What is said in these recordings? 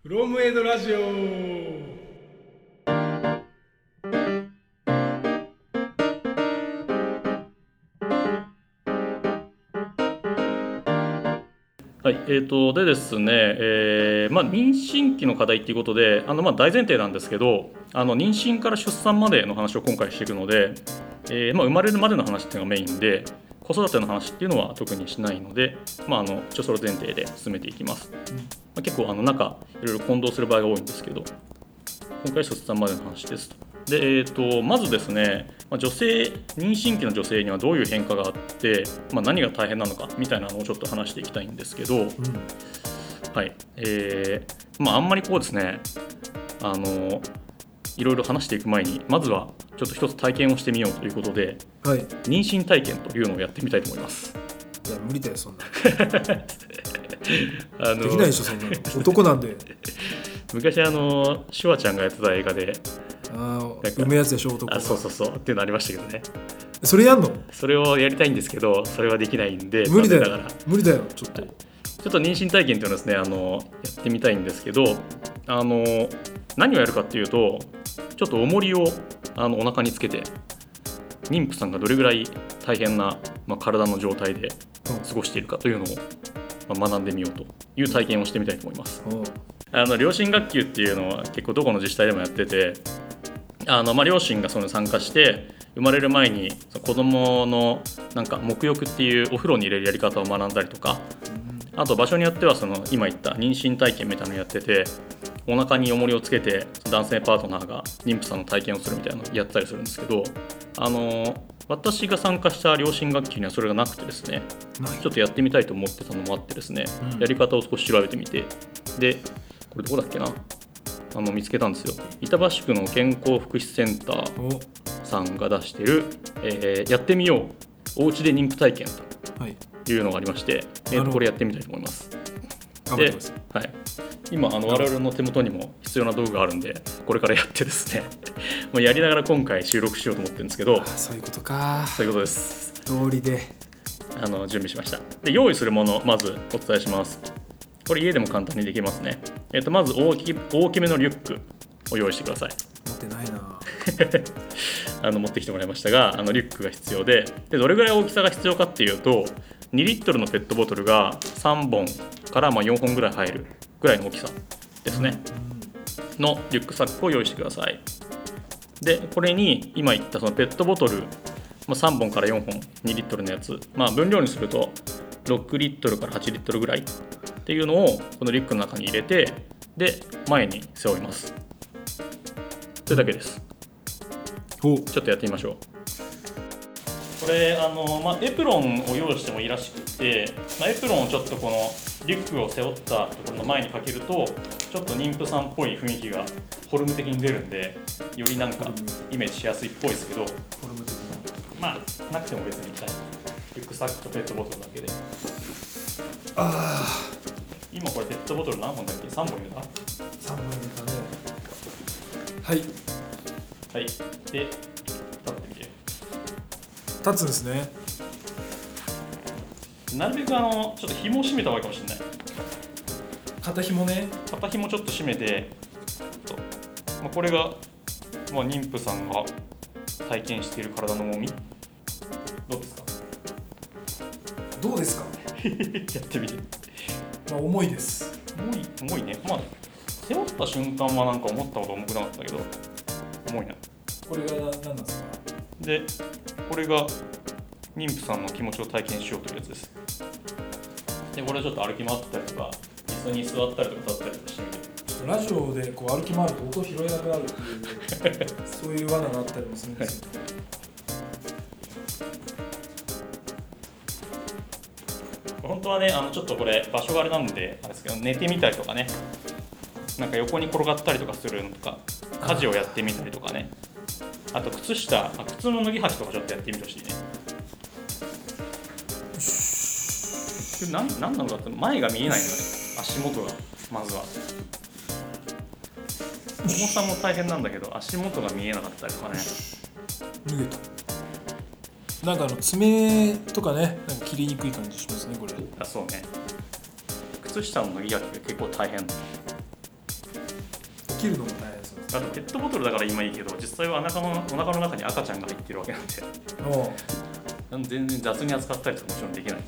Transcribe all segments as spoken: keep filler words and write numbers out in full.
フロムエイドラジオ。 はい、えーとでですね、えーまあ、妊娠期の課題ということで、あのまあ大前提なんですけど、あの妊娠から出産までの話を今回していくので、えーまあ、生まれるまでの話っていうのがメインで、子育ての話っていうのは特にしないので、まあ、あの一応それ前提で進めていきます。まあ、結構あの中いろいろ混同する場合が多いんですけど、今回出産までの話です。で、えー、とまずですね、まあ、女性妊娠期の女性にはどういう変化があって、まあ、何が大変なのかみたいなのをちょっと話していきたいんですけど、うん、はいえーまあ、あんまりこうですねあのいろいろ話していく前にまずはちょっと一つ体験をしてみようということで、はい、妊娠体験というのをやってみたいと思います。 いや無理だよそんなあのできないでしょそんなの男なんで昔あのシュワちゃんがやってた映画であ産むやつでしょ男が。 あそうそうそうっていうのありましたけどね。 それやんの？ それをやりたいんですけどそれはできないんで無理だよだから無理だよちょっと、はい、 ちょっと妊娠体験っていうのをですねあのやってみたいんですけど、あの何をやるかっていうとちょっと重りをあのお腹につけて妊婦さんがどれぐらい大変な、まあ、体の状態で過ごしているかというのを、まあ、学んでみようという体験をしてみたいと思います。あの両親学級っていうのは結構どこの自治体でもやってて、あの、まあ、両親がその参加して生まれる前に子供のなんか沐浴っていうお風呂に入れるやり方を学んだりとか、あと場所によってはその今言った妊娠体験みたいなのやってて、お腹に重りをつけて男性パートナーが妊婦さんの体験をするみたいなのをやったりするんですけど、あの私が参加した両親学級にはそれがなくてですね、ちょっとやってみたいと思ってたのもあってですね、うん、やり方を少し調べてみて、でこれどこだっけなあの見つけたんですよ。板橋区の健康福祉センターさんが出している、えー、やってみようおうちで妊婦体験というのがありまして、はい、これやってみたいと思います。で、はい、今あの我々の手元にも必要な道具があるんでこれからやってですねもうやりながら今回収録しようと思ってるんですけど、 あそういうことかそういうことです。 道理であの準備しました。で用意するものまずお伝えします。これ家でも簡単にできますね。えー、とまず 大き、大きめのリュックを用意してください。 持ってないなあの持ってきてもらいましたが、あのリュックが必要 で, でどれぐらい大きさが必要かっていうとにリットルのペットボトルがさんぼんからまあよんほんぐらい入るぐらいの大きさですね、うん、のリュックサックを用意してください。でこれに今言ったそのペットボトル、まあ、さんぼんからよんほんにリットルのやつ、まあ、分量にするとろくリットルからはちリットルぐらいっていうのをこのリュックの中に入れて、で前に背負います。それだけです。ちょっとやってみましょう。これあの、まあ、エプロンを用意してもいいらしくて、まあ、エプロンをちょっとこのリュックを背負ったところの前にかけるとちょっと妊婦さんっぽい雰囲気がフォルム的に出るんで、よりなんかイメージしやすいっぽいですけど、フォルム的にまあなくても別にいいリュックサックとペットボトルだけで。 あ今これペットボトル何本だっけ？さんぼん入れた？ さんぼん入れたね。はいはい。で、立ってみて。 立つんですね。 なるべくあのちょっと紐を締めた方がいいかもしれない。 肩紐ね。 肩紐ちょっと締めて、まあ、これが、まあ、妊婦さんが体験している体の重み。どうですか？ どうですか？ やってみて。 まあ、重いです。 重い、重いね。まあ背負った瞬間はなんか思ったほど重くなかったけど、重いな。 これが何なんですか？ で、これが妊婦さんの気持ちを体験しようというやつです。で、これちょっと歩き回ったりとか、椅子に座ったりとか立ったりとかしてみて。 ちょっとラジオでこう歩き回ると音拾えなくなるっていう、そういう罠があったりもするんですよ。 本当はね、あのちょっとこれ場所があれなんであれですけど、寝てみたりとかね、なんか横に転がったりとかするのとか、家事をやってみたりとかね、あと靴下、靴の脱ぎ履きとかちょっとやってみてほしいね。何なのかって前が見えないのよね、足元がまずは。重さも大変なんだけど足元が見えなかったりとかね。 脱げた。なんかあの爪とかね、なんか切りにくい感じしますねこれ。 あ、そうね。靴下の脱ぎ履きが結構大変。 切るのも大変ですよ。 あとペットボトルだから今いいけど、実際はお腹のお腹の中に赤ちゃんが入ってるわけなんで、 お全然雑に扱ったりとかもちろんできないです。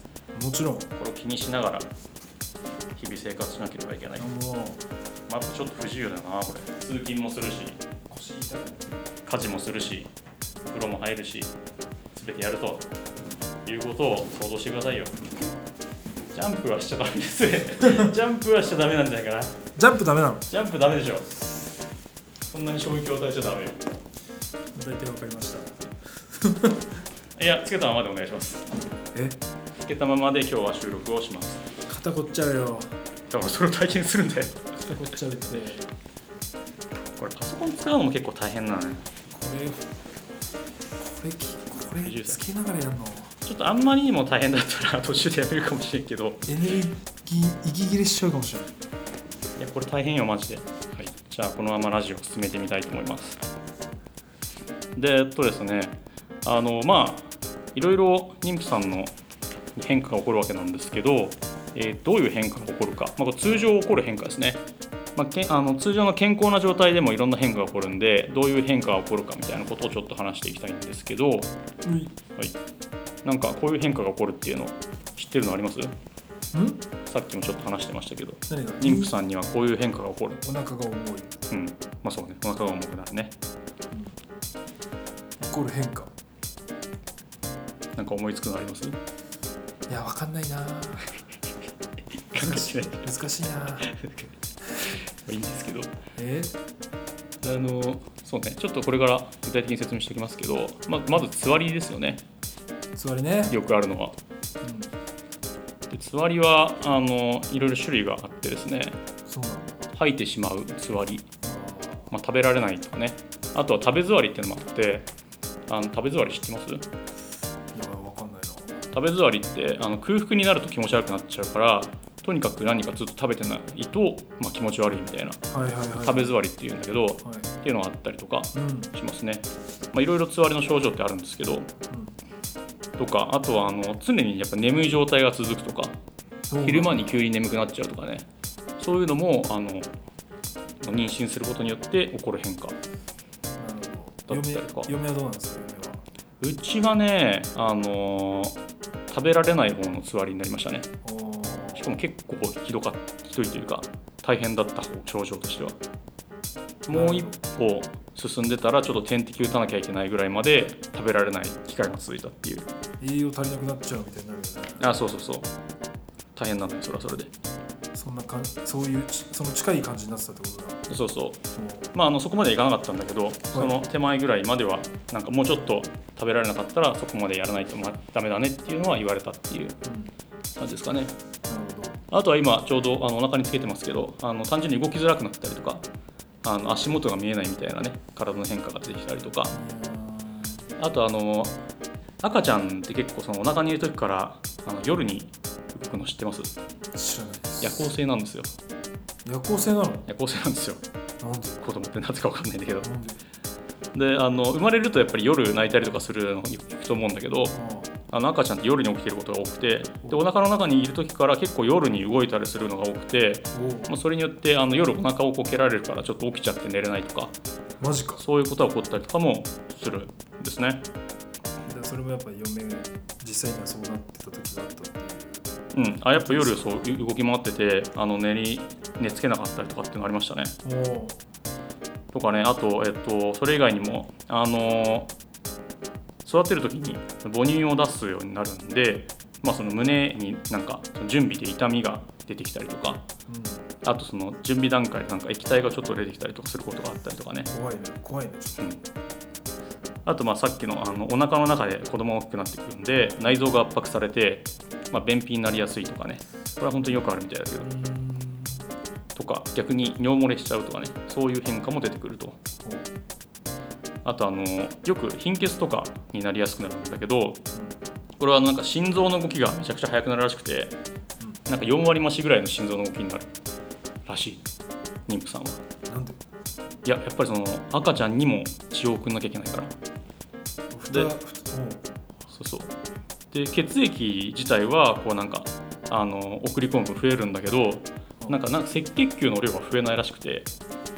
もちろん。 これを気にしながら日々生活しなければいけない。 もうまあ、あとちょっと不自由だなこれ。通勤もするし、 腰痛い。 家事もするし、風呂も入るし、全てやるということを想像してくださいよ。ジャンプはしちゃダメですジャンプはしちゃダメなんじゃないかな。 ジャンプダメなの？ ジャンプダメでしょ。そんなに衝撃を与えちゃダメよ。 大体わかりましたいや、つけたままでお願いします。 え？ つけたままで今日は収録をします。 肩こっちゃうよ。 だからそれを体験するんで肩こっちゃうって。 これパソコン使うのも結構大変なのね。 これこれこれつけながらやるのちょっとあんまりにも大変だったら途中でやめるかもしれんけど、 エネルギー息切れしちゃうかもしれない。 いやこれ大変よマジで。はい、じゃあこのままラジオを進めてみたいと思います。でえっとですね、あのまあいろいろ妊婦さんの変化が起こるわけなんですけど、えー、どういう変化が起こるか、まあ、これ通常起こる変化ですね。まあ、けあの通常の健康な状態でもいろんな変化が起こるんで、どういう変化が起こるかみたいなことをちょっと話していきたいんですけど、はい、なんかこういう変化が起こるっていうの知ってるのあります？ん？さっきもちょっと話してましたけど、妊婦さんにはこういう変化が起こる。 お腹が重い。 うん、まあそうね、お腹が重くなるね。 うん、起こる変化。 なんか思いつくのあります？ いや、わかんないな。難しい。難しいな。 いいんですけど。 え？ あのそうね、ちょっとこれから具体的に説明しておきますけど、ま, まずつわりですよね。 つわりね。 よくあるのは。うん、でつわりはあのいろいろ種類があってですね。 そうなんだ。 吐いてしまうつわり、まあ、食べられないとかね。あとは食べ座りっていうのもあって、あの食べ座り知ってます？ いや、わかんないな。 食べ座りってあの空腹になると気持ち悪くなっちゃうから、とにかく何かずっと食べてないと、まあ、気持ち悪いみたいな、 はいはいはい、 食べ座りっていうんだけど、はい、っていうのがあったりとかしますね。まあ、いろいろつわりの症状ってあるんですけど、うん、とかあとはあの常にやっぱ眠い状態が続くとか、昼間に急に眠くなっちゃうとかね、そういうのもあの妊娠することによって起こる変化だったりとか。 嫁はどうなんですか？嫁はうちはね、あの食べられない方のつわりになりましたね。しかも結構ひどかったひどいというか大変だった方、症状としては。もう一歩進んでたらちょっと点滴打たなきゃいけないぐらいまで食べられない機会が続いたっていう。 栄養足りなくなっちゃうみたいになるよね。 あ、そうそうそう、大変なんだよ、それはそれで。 そんな感じ、そういうその近い感じになってたってことだ。 そうそう、まあ、あのそこまでいかなかったんだけど、はい、その手前ぐらいまではなんかもうちょっと食べられなかったらそこまでやらないとダメだねっていうのは言われたっていう感じですかね。うん、なるほど。あとは今ちょうどあのお腹につけてますけど、あの単純に動きづらくなったりとか、あの足元が見えないみたいなね、体の変化が出てきたりとか、あとあの赤ちゃんって結構そのお腹にいる時からあの夜に動くの知ってます？ 知らないです。 夜行性なんですよ。 夜行性なの？ 夜行性なんですよ。 なんで？ 子供ってなぜか分かんないんだけど。 なんで？ であの生まれるとやっぱり夜泣いたりとかするのに行くと思うんだけど、あの赤ちゃんって夜に起きてることが多くて、でお腹の中にいる時から結構夜に動いたりするのが多くて、まあ、それによってあの夜お腹をこう蹴られるからちょっと起きちゃって寝れないとか、 マジか、 そういうことが起こったりとかもするんですね。 でそれもやっぱり嫁が実際にはそうなってた時があったっていう。 うん、あやっぱ夜そう動き回っててあの 寝, に寝つけなかったりとかっていうのがありましたね。 おとかね、あと、えっと、それ以外にも、あの育てる時に母乳を出すようになるんで、まあ、その胸になんか準備で痛みが出てきたりとか、うん、あとその準備段階でなんか液体がちょっと出てきたりとかすることがあったりとかね。 怖いね怖いね、 うん、あとまあさっき の, あのお腹の中で子供が大きくなってくるんで内臓が圧迫されて、まあ、便秘になりやすいとかね、これは本当によくあるみたいだけど、とか逆に尿漏れしちゃうとかね、そういう変化も出てくると。あとあのよく貧血とかになりやすくなるんだけど、これはなんか心臓の動きがめちゃくちゃ速くなるらしくて、なんかよんわり増しぐらいの心臓の動きになるらしい、妊婦さんは。なんで？いや、やっぱりその赤ちゃんにも血を送んなきゃいけないから。で、そうそう。で血液自体はこうなんかあの送り込むと増えるんだけど、なんかなんか赤血球の量が増えないらしくて、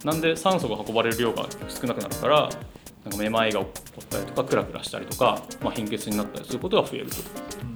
なんで酸素が運ばれる量が少なくなるから、なんかめまいが起こったりとかクラクラしたりとか、まあ、貧血になったりすることが増えると。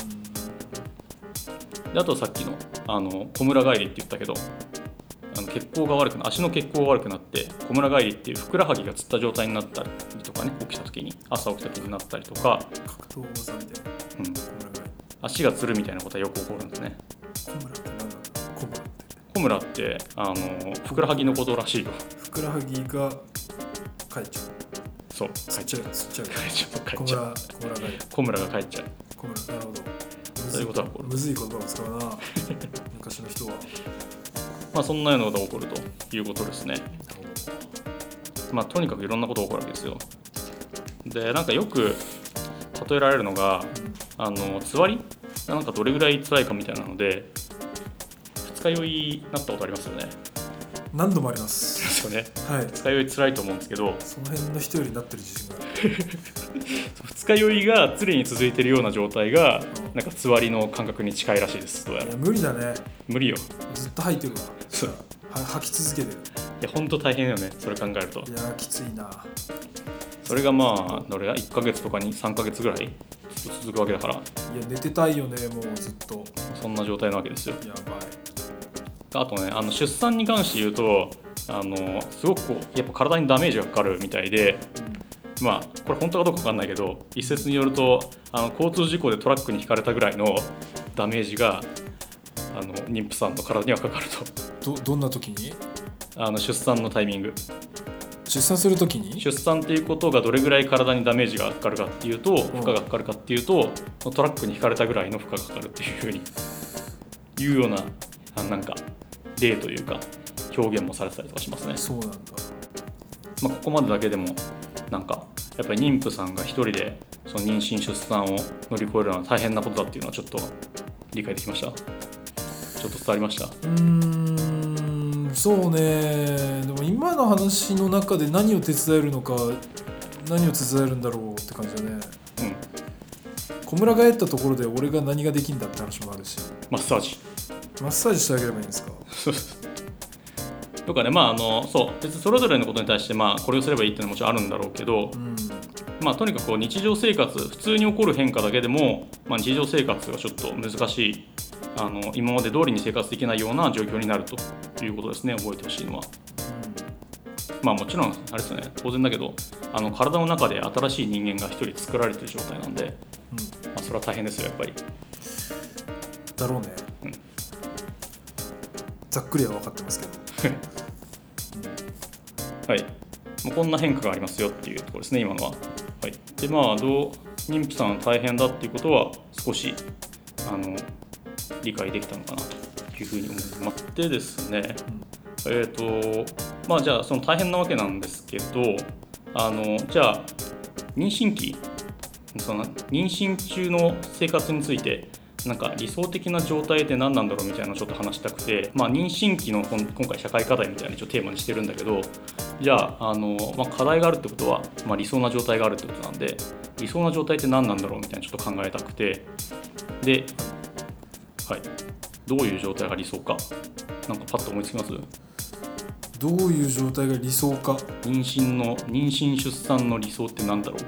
であとさっきのあのこむら返りって言ったけど、あの血行が悪くな足の血行が悪くなってこむら返りっていうふくらはぎがつった状態になったりとかね、起きた時に朝起きた時になったりとか、 格闘技みたいな、 うん、 こむら返り。 足がつるみたいなことはよく起こるんですね。 こむらって何なんだ。こむらってこむらってあのふくらはぎのことらしいよ。 ふくらはぎが帰っちゃう。 そう帰っちゃう。帰っちゃう。 帰っちゃう帰こむっちゃうらこむら返り。 こむらが帰っちゃう。 こむら、なるほど。 そういうことが起こる。 むずい言葉を使うな昔の人は。 まあそんなようなことが起こるということですね。まあとにかくいろんなことが起こるわけですよ。でなんかよく例えられるのが、あのつわりがなんかどれぐらい辛いかみたいなので、二日酔いになったことありますよね。 何度もあります。 ですよね。 はい。 二日酔い辛いと思うんですけど、 その辺の人よりなってる自信がある。 二日酔いが常に続いているような状態がなんかつわりの感覚に近いらしいです。どうやらいや無理だね。 無理よ。 ずっと吐いてるわ。 そうは吐き続けてる。 いや本当大変だよね、それ考えると。 いやきついな。 それがまあどれだいっかげつとかにさんかげつぐらい続くわけだから、いや寝てたいよね、もうずっと。 そんな状態なわけですよ。 やばい。 あとね、あの出産に関して言うと、あのすごくこうやっぱ体にダメージがかかるみたいで、うん、まあこれ本当かどうか分かんないけど、一説によるとあの交通事故でトラックにひかれたぐらいのダメージがあの妊婦さんの体にはかかると。どどんな時に？ あの出産のタイミング。 出産するときに？ 出産っていうことがどれぐらい体にダメージがかかるかっていうと、負荷がかかるかっていうと、トラックにひかれたぐらいの負荷がかかるっていうふうにいうような、あなんか例というか表現もされてたりとかしますね。 そうなんだ。 まあ、ここまでだけでもなんかやっぱり妊婦さんが一人でその妊娠出産を乗り越えるのは大変なことだっていうのはちょっと理解できました？ちょっと伝わりました？ うーん、そうね。でも今の話の中で何を手伝えるのか、何を手伝えるんだろうって感じだね。うん。こむら返ったところで俺が何ができるんだって話もあるし。 マッサージ。 マッサージしてあげればいいんですか？ とかね、まああのそう別にそれぞれのことに対してまあこれをすればいいっていうのはもちろんあるんだろうけど、うん、まあとにかくこう日常生活普通に起こる変化だけでも、まあ、日常生活がちょっと難しい、あの今まで通りに生活できないような状況になるということですね。覚えてほしいのは、うん、まあもちろんあれですよね、当然だけどあの体の中で新しい人間が一人作られている状態なんで、うんまあ、それは大変ですよやっぱり。 だろうね、うん、ざっくりは分かってますけどはい、もうこんな変化がありますよっていうところですね今のは。はい、でまあどう妊婦さん大変だっていうことは少しあの理解できたのかなというふうに思います。でですね、うん、えっ、ー、とまあじゃあその大変なわけなんですけど、あのじゃあ妊娠期その妊娠中の生活についてなんか理想的な状態って何なんだろうみたいなのをちょっと話したくて、まあ、妊娠期の今回社会課題みたいな一応テーマにしてるんだけど、じゃあ、あの、まあ、課題があるってことは、まあ、理想な状態があるってことなんで、理想な状態って何なんだろうみたいなちょっと考えたくて、で、はい、どういう状態が理想かなんかパッと思いつきます？ どういう状態が理想か。 妊娠の妊娠出産の理想って何だろう？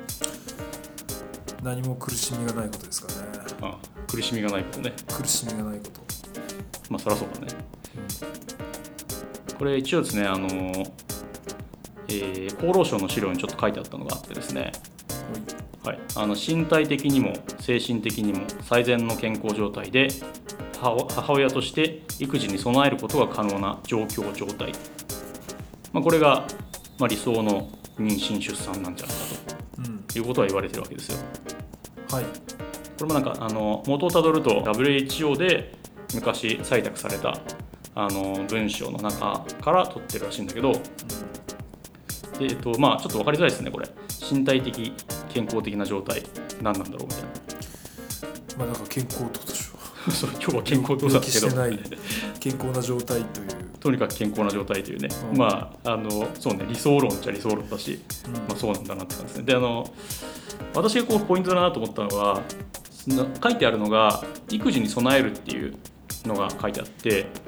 何も苦しみがないことですかね。 ああ、苦しみがないことね。 苦しみがないこと。 まあそりゃそうだね、うん、これ一応ですね、あの、えー、厚労省の資料にちょっと書いてあったのがあってですね、はい、あの身体的にも精神的にも最善の健康状態で母親として育児に備えることが可能な状況状態、まあ、これが、まあ、理想の妊娠出産なんじゃないかということは言われてるわけですよ。 はい。 これもなんかあの元をたどると ダブリューエイチオー で昔採択されたあの文章の中から取ってるらしいんだけど、でえっとまあちょっと分かりづらいですねこれ。身体的健康的な状態何なんだろうみたいな。 まあなんか健康ってことでしょ。 そう今日は健康ってことだけどしてない健康な状態というとにかく健康な状態というね、うん、まああのそうね理想論っちゃ理想論だし、うんまあ、そうなんだなって感じですね。であの私がこうポイントだなと思ったのは書いてあるのが育児に備えるっていうのが書いてあって、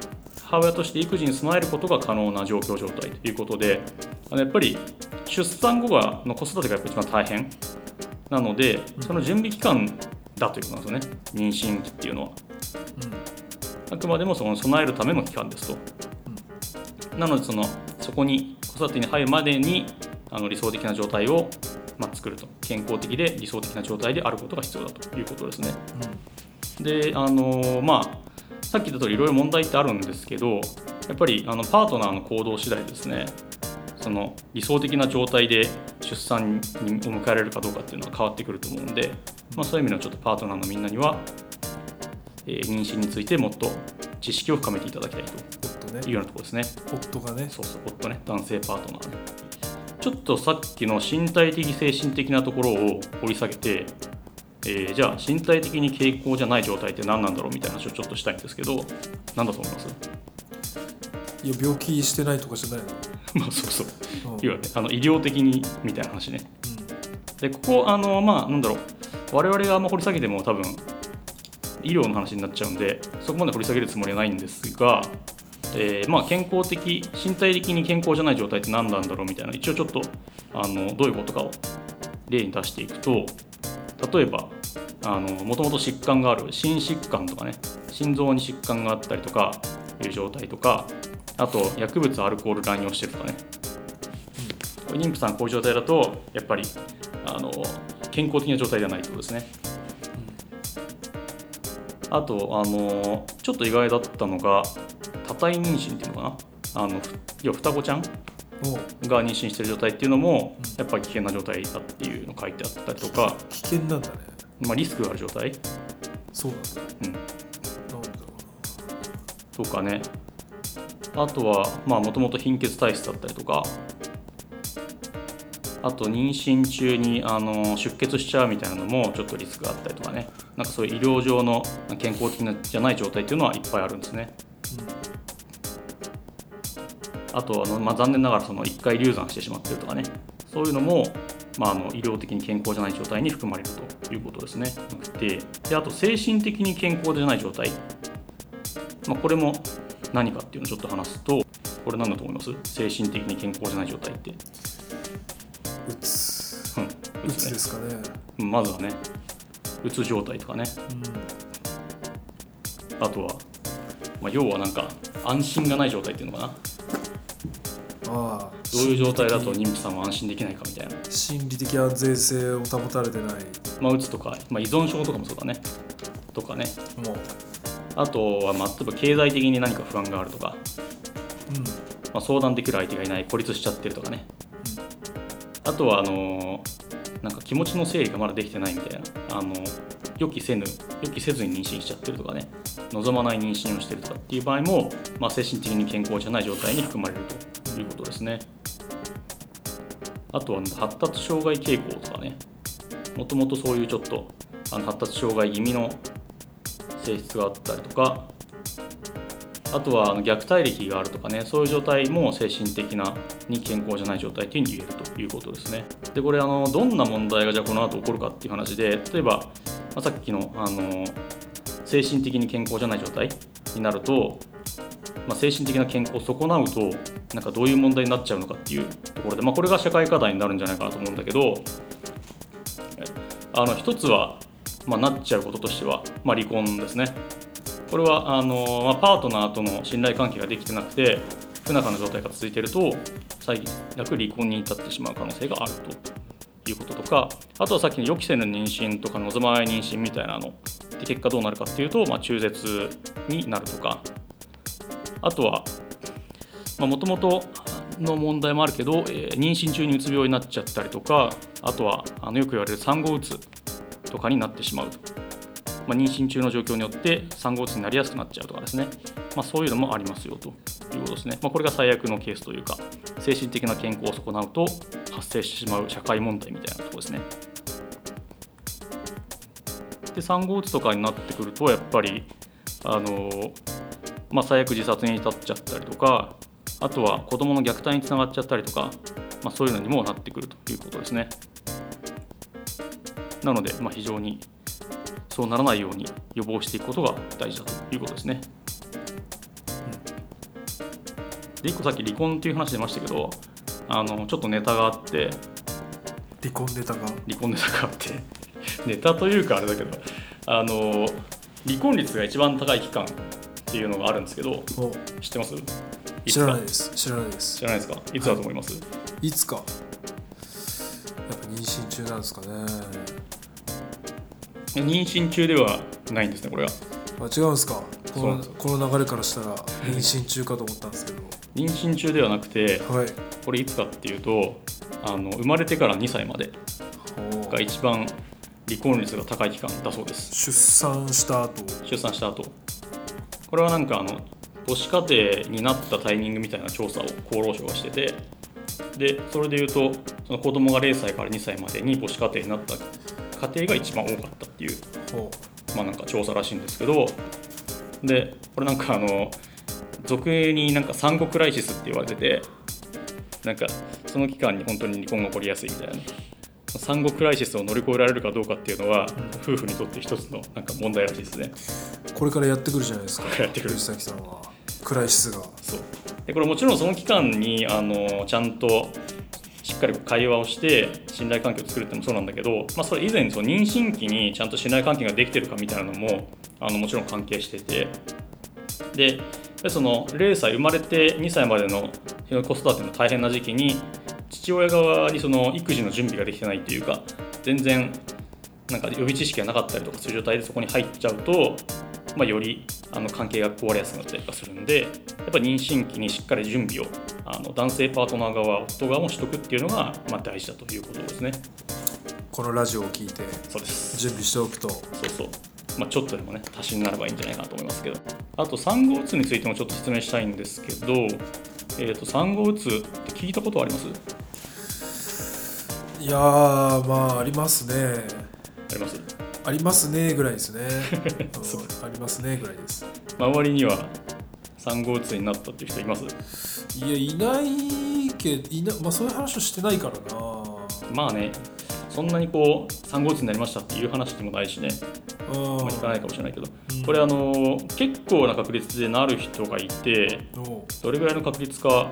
母親として育児に備えることが可能な状況状態ということで、あのやっぱり出産後がの子育てがやっぱ一番大変なので、その準備期間だということなんですよね、妊娠期っていうのは。うん、あくまでもその備えるための期間ですと。うん、なのでそのそこに子育てに入るまでにあの理想的な状態を、まあ、作ると、健康的で理想的な状態であることが必要だということですね。うん、で、あのまあさっき言った通りいろいろ問題ってあるんですけど、やっぱりあのパートナーの行動次第ですね、その理想的な状態で出産を迎えられるかどうかっていうのは変わってくると思うんで、まあ、そういう意味ではちょっとパートナーのみんなには、えー、妊娠についてもっと知識を深めていただきたいというようなところですね。 夫がね。 そうそう、夫ね、男性パートナーね。ちょっとさっきの身体的精神的なところを掘り下げて、えー、じゃあ身体的に健康じゃない状態って何なんだろうみたいな話をちょっとしたいんですけど、何だと思います？ いや、病気してないとかじゃないの？ まあそうそう、うん、要はね、あの医療的にみたいな話ね。うん、でここあのまあなんだろう、我々があんま掘り下げても多分医療の話になっちゃうんで、そこまで掘り下げるつもりはないんですが、えー、まあ健康的、身体的に健康じゃない状態って何なんだろうみたいな、一応ちょっとあのどういうことかを例に出していくと、例えばもともと疾患がある心疾患とかね、心臓に疾患があったりとかいう状態とか、あと薬物アルコール乱用してるとかね、うん、妊婦さんこういう状態だとやっぱりあの健康的な状態ではないってことですね。うん、あとあのちょっと意外だったのが多胎妊娠っていうのかな、あの要は双子ちゃんが妊娠している状態っていうのもやっぱり危険な状態だっていうの書いてあったりとか。 危険なんだね。 まあ、リスクがある状態。 そうなんだ。うん。なんだろうな。とかね。あとはもともと貧血体質だったりとか、あと妊娠中にあの出血しちゃうみたいなのもちょっとリスクがあったりとかね、なんかそういう医療上の健康的なじゃない状態っていうのはいっぱいあるんですね。うん、あとあの、まあ、残念ながらそのいっかい流産してしまってるとかね、そういうのも、まあ、あの医療的に健康じゃない状態に含まれるということですね。で、であと精神的に健康じゃない状態、まあ、これも何かっていうのをちょっと話すと、これ何だと思います？精神的に健康じゃない状態って。 うつ、 うん、 うつですかね。 まずはね、うつ状態とかね、うん、あとは、まあ、要はなんか安心がない状態っていうのかな。 ああ、 どういう状態だと妊婦さんは安心できないかみたいな。 心理的安全性を保たれてない、 まあ、うつとか、まあ、依存症とかもそうだねとかね。もうあとは、まあ、例えば経済的に何か不安があるとか、うんまあ、相談できる相手がいない、孤立しちゃってるとかね。うん、あとはあのなんか気持ちの整理がまだできてないみたいな、あの予期せぬ予期せずに妊娠しちゃってるとかね、望まない妊娠をしてるとかっていう場合も、まあ、精神的に健康じゃない状態に含まれるということですね。あとは発達障害傾向とかね、もともとそういうちょっとあの発達障害気味の性質があったりとか、あとはあの虐待歴があるとかね、そういう状態も精神的なに健康じゃない状態というふうに言えるということですね。でこれあのどんな問題がじゃあこの後起こるかっていう話で、例えば、まあ、さっきのあの精神的に健康じゃない状態になると、まあ、精神的な健康を損なうとなんかどういう問題になっちゃうのかっていうところで、まあ、これが社会課題になるんじゃないかなと思うんだけど、あの一つは、まあ、なっちゃうこととしては、まあ、離婚ですね。これはあの、まあ、パートナーとの信頼関係ができてなくて不仲な状態が続いていると最悪離婚に至ってしまう可能性があるということとか、あとはさっきの予期せぬ妊娠とか望まない妊娠みたいなので結果どうなるかっていうと、まあ、中絶になるとか、あとはもともとの問題もあるけど、えー、妊娠中にうつ病になっちゃったりとか、あとはあのよく言われる産後うつとかになってしまうと、まあ、妊娠中の状況によって産後うつになりやすくなっちゃうとかですね、まあ、そういうのもありますよということですね。まあ、これが最悪のケースというか、精神的な健康を損なうと発生してしまう社会問題みたいなところですね。で産後うつとかになってくるとやっぱりあの、まあ、最悪自殺に至っちゃったりとか、あとは子どもの虐待につながっちゃったりとか、まあ、そういうのにもなってくるということですね。なので、まあ、非常にそうならないように予防していくことが大事だということですね。 でいっこさっき離婚っていう話出ましたけど、あのちょっとネタがあって、 離婚ネタが離婚ネタがあってネタというかあれだけど、あの離婚率が一番高い期間っていうのがあるんですけど、知ってます？ 知らないです知らないです知らないですか？いつだと思います？ はい、いつかやっぱ妊娠中なんですかね。 妊娠中ではないんですね、これは。 あ、違うんですか。この、この流れからしたら妊娠中かと思ったんですけど妊娠中ではなくて、 はい、 これいつかっていうと、あの生まれてからにさいまでが一番離婚率が高い期間だそうです。 出産した後出産した後これはなんかあの母子家庭になったタイミングみたいな調査を厚労省がしてて、でそれでいうとその子供がれいさいからにさいまでに母子家庭になった家庭が一番多かったっていう、まあ、なんか調査らしいんですけど、でこれなんかあの俗になんか産後クライシスって言われてて、なんかその期間に本当に離婚が起こりやすいみたいな、産後クライシスを乗り越えられるかどうかっていうのは、うん、夫婦にとって一つのなんか問題らしいですね。 これからやってくるじゃないですか。 やってくる。 藤崎さんはクライシスが。 そうでこれもちろんその期間にあのちゃんとしっかり会話をして信頼関係を作るってのもそうなんだけど、まあ、それ以前その妊娠期にちゃんと信頼関係ができてるかみたいなのもあのもちろん関係してて、でそのれいさい生まれてにさいまでの子育ての大変な時期に父親側にその育児の準備ができてないっていうか、全然なんか予備知識がなかったりとかする状態でそこに入っちゃうと、まあ、よりあの関係が壊れやすくなったりとかするんで、やっぱり妊娠期にしっかり準備をあの男性パートナー側、夫側もしとくっていうのがまあ大事だということですね。 このラジオを聞いてそうです準備しておくと、 そうそう、まあ、ちょっとでもね足しになればいいんじゃないかなと思いますけど、あと産後うつについてもちょっと説明したいんですけど、えー、と産後うつって聞いたことはあります？ いやーまあありますね。 ありますありますねぐらいですねありますねぐらいです。 周りには産後うつになったっていう人います？ いやいないけどいな、まあ、そういう話をしてないからな。 まあね、そんなにこう産後うつになりましたっていう話でもないしね、あんまり聞かないかもしれないけど、うん、これあの結構な確率でなる人がいて、どれぐらいの確率か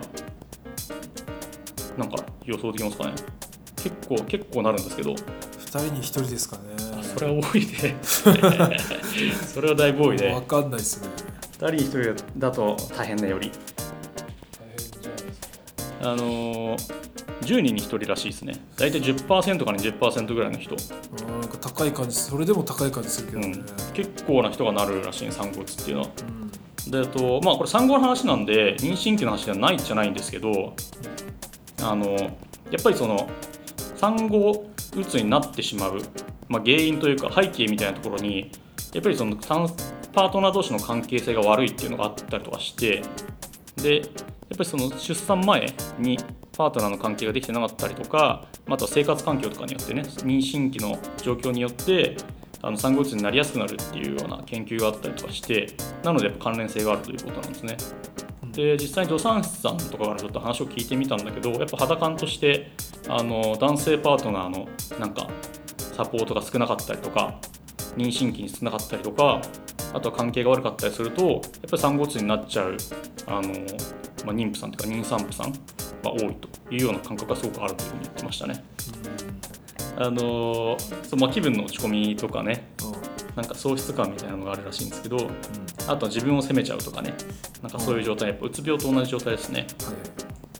なんか予想できますかね。結構結構なるんですけど、 ふたりにひとりですかね。 それは多いねそれはだいぶ多いね。 分かんないですね。 ふたりにひとりだと大変ね。より大変じゃないですか。 あのー、じゅうにんにひとりらしいですね。だいたい じゅっパーセント から にじゅっパーセント ぐらいの人。 なんか高い感じ、それでも高い感じするけどね、うん、 結構な人がなるらしい、産後うつっていうのは、うん、でとまあこれ産後の話なんで妊娠期の話ではないじゃないんですけど、あのやっぱりその産後うつになってしまう、まあ、原因というか背景みたいなところにやっぱりそのパートナー同士の関係性が悪いっていうのがあったりとかして、でやっぱりその出産前にパートナーの関係ができてなかったりとか、あとは生活環境とかによってね、妊娠期の状況によってあの産後うつになりやすくなるっていうような研究があったりとかして、なのでやっぱ関連性があるということなんですね。で実際に助産師さんとかからちょっと話を聞いてみたんだけど、やっぱ肌感としてあの男性パートナーのなんかサポートが少なかったりとか、妊娠期に少なかったりとか、あとは関係が悪かったりするとやっぱり産後うつになっちゃうあの、まあ、妊婦さんというか妊産婦さんが多いというような感覚がすごくあるというふうに言ってましたね。うん、あのそう、まあ、気分の落ち込みとかね、なんか喪失感みたいなのがあるらしいんですけど、うん、あとは自分を責めちゃうとかね、なんかそういう状態、やっぱうつ病と同じ状態ですね。はい、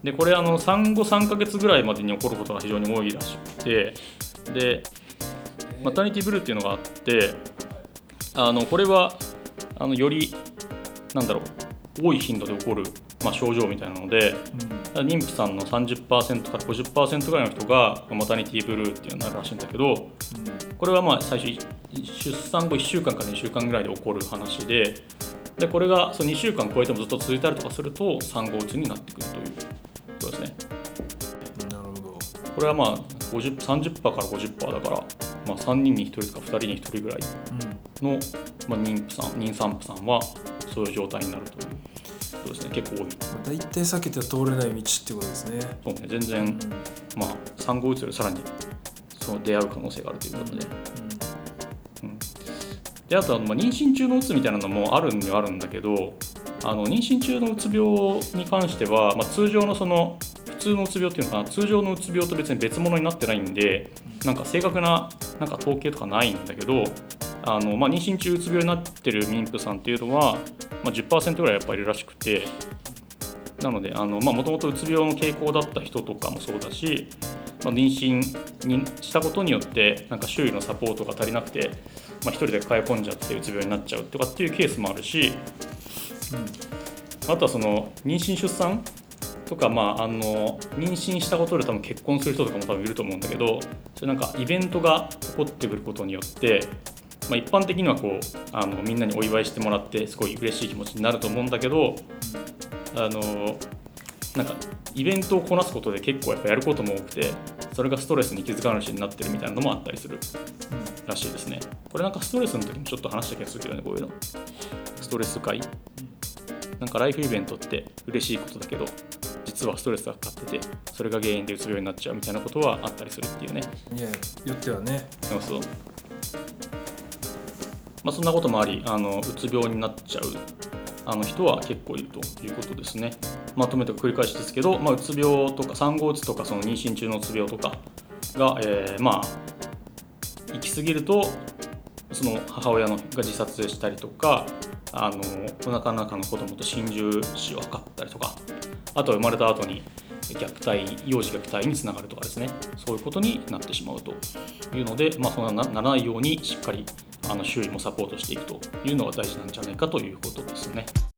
でこれあの産後さんかげつぐらいまでに起こることが非常に多いらしくて、でマタニティブルーっていうのがあって、あのこれはあのよりなんだろう多い頻度で起こる、まあ、症状みたいなので、うん、妊婦さんの さんじゅっパーセント から ごじゅっパーセント ぐらいの人がマタニティブルーっていうのになるらしいんだけど、うん、これはまあ最初出産後いっしゅうかんからにしゅうかんぐらいで起こる話で、でこれがそのにしゅうかん超えてもずっと続いたりとかすると産後うつになってくるということですね。 なるほど。 これはまあごじゅう さんじゅっパーセント から ごじゅっパーセント だから、まあ、さんにんにひとりとかふたりにひとりぐらいの、うんまあ、妊婦さん妊産婦さんはそういう状態になるということですね。結構多い。 大体避けては通れない道ってことですね。 そうね、全然、うんまあ、産後うつよりさらにその出会う可能性があるということで、うんうん、であとはまあ妊娠中のうつみたいなのもあるにはあるんだけど、 あの妊娠中のうつ病に関しては、まあ、通常のその普通のうつ病っていうのかな、通常のうつ病と別に別物になってないんで、なんか正確ななんか統計とかないんだけど、あの、まあ、妊娠中うつ病になってる妊婦さんっていうのは、まあ、じゅっパーセント ぐらいやっぱりいるらしくて、なのでもともとうつ病の傾向だった人とかもそうだし、まあ、妊娠にしたことによってなんか周囲のサポートが足りなくて、まあ、一人で抱え込んじゃってうつ病になっちゃうとかっていうケースもあるし、うん、あとはその妊娠出産とか、まあ、あの妊娠したことで多分結婚する人とかも多分いると思うんだけど、それなんかイベントが起こってくることによって、まあ、一般的にはこうあのみんなにお祝いしてもらってすごい嬉しい気持ちになると思うんだけど、あのなんかイベントをこなすことで結構やっぱやることも多くて、それがストレスに気づかぬしになってるみたいなのもあったりするらしいですね。これなんかストレスの時もちょっと話した気がするけどね、こういうのストレス解、なんかライフイベントって嬉しいことだけど実はストレスがかかってて、それが原因でうつ病になっちゃうみたいなことはあったりするっていうね。 いや、よってはね。 そうそう、まあ、そんなこともあり、あのうつ病になっちゃうあの人は結構いるということですね。まとめて繰り返しですけど、まあ、うつ病とか産後うつとかその妊娠中のうつ病とかが、えー、まあ行き過ぎるとその母親のが自殺したりとか、あのお腹の中の子供と心中死を図ったりとか、あとは生まれた後に虐待、幼児虐待につながるとかですね、そういうことになってしまうというので、まあ、そうならないようにしっかりあの周囲もサポートしていくというのが大事なんじゃないかということですね。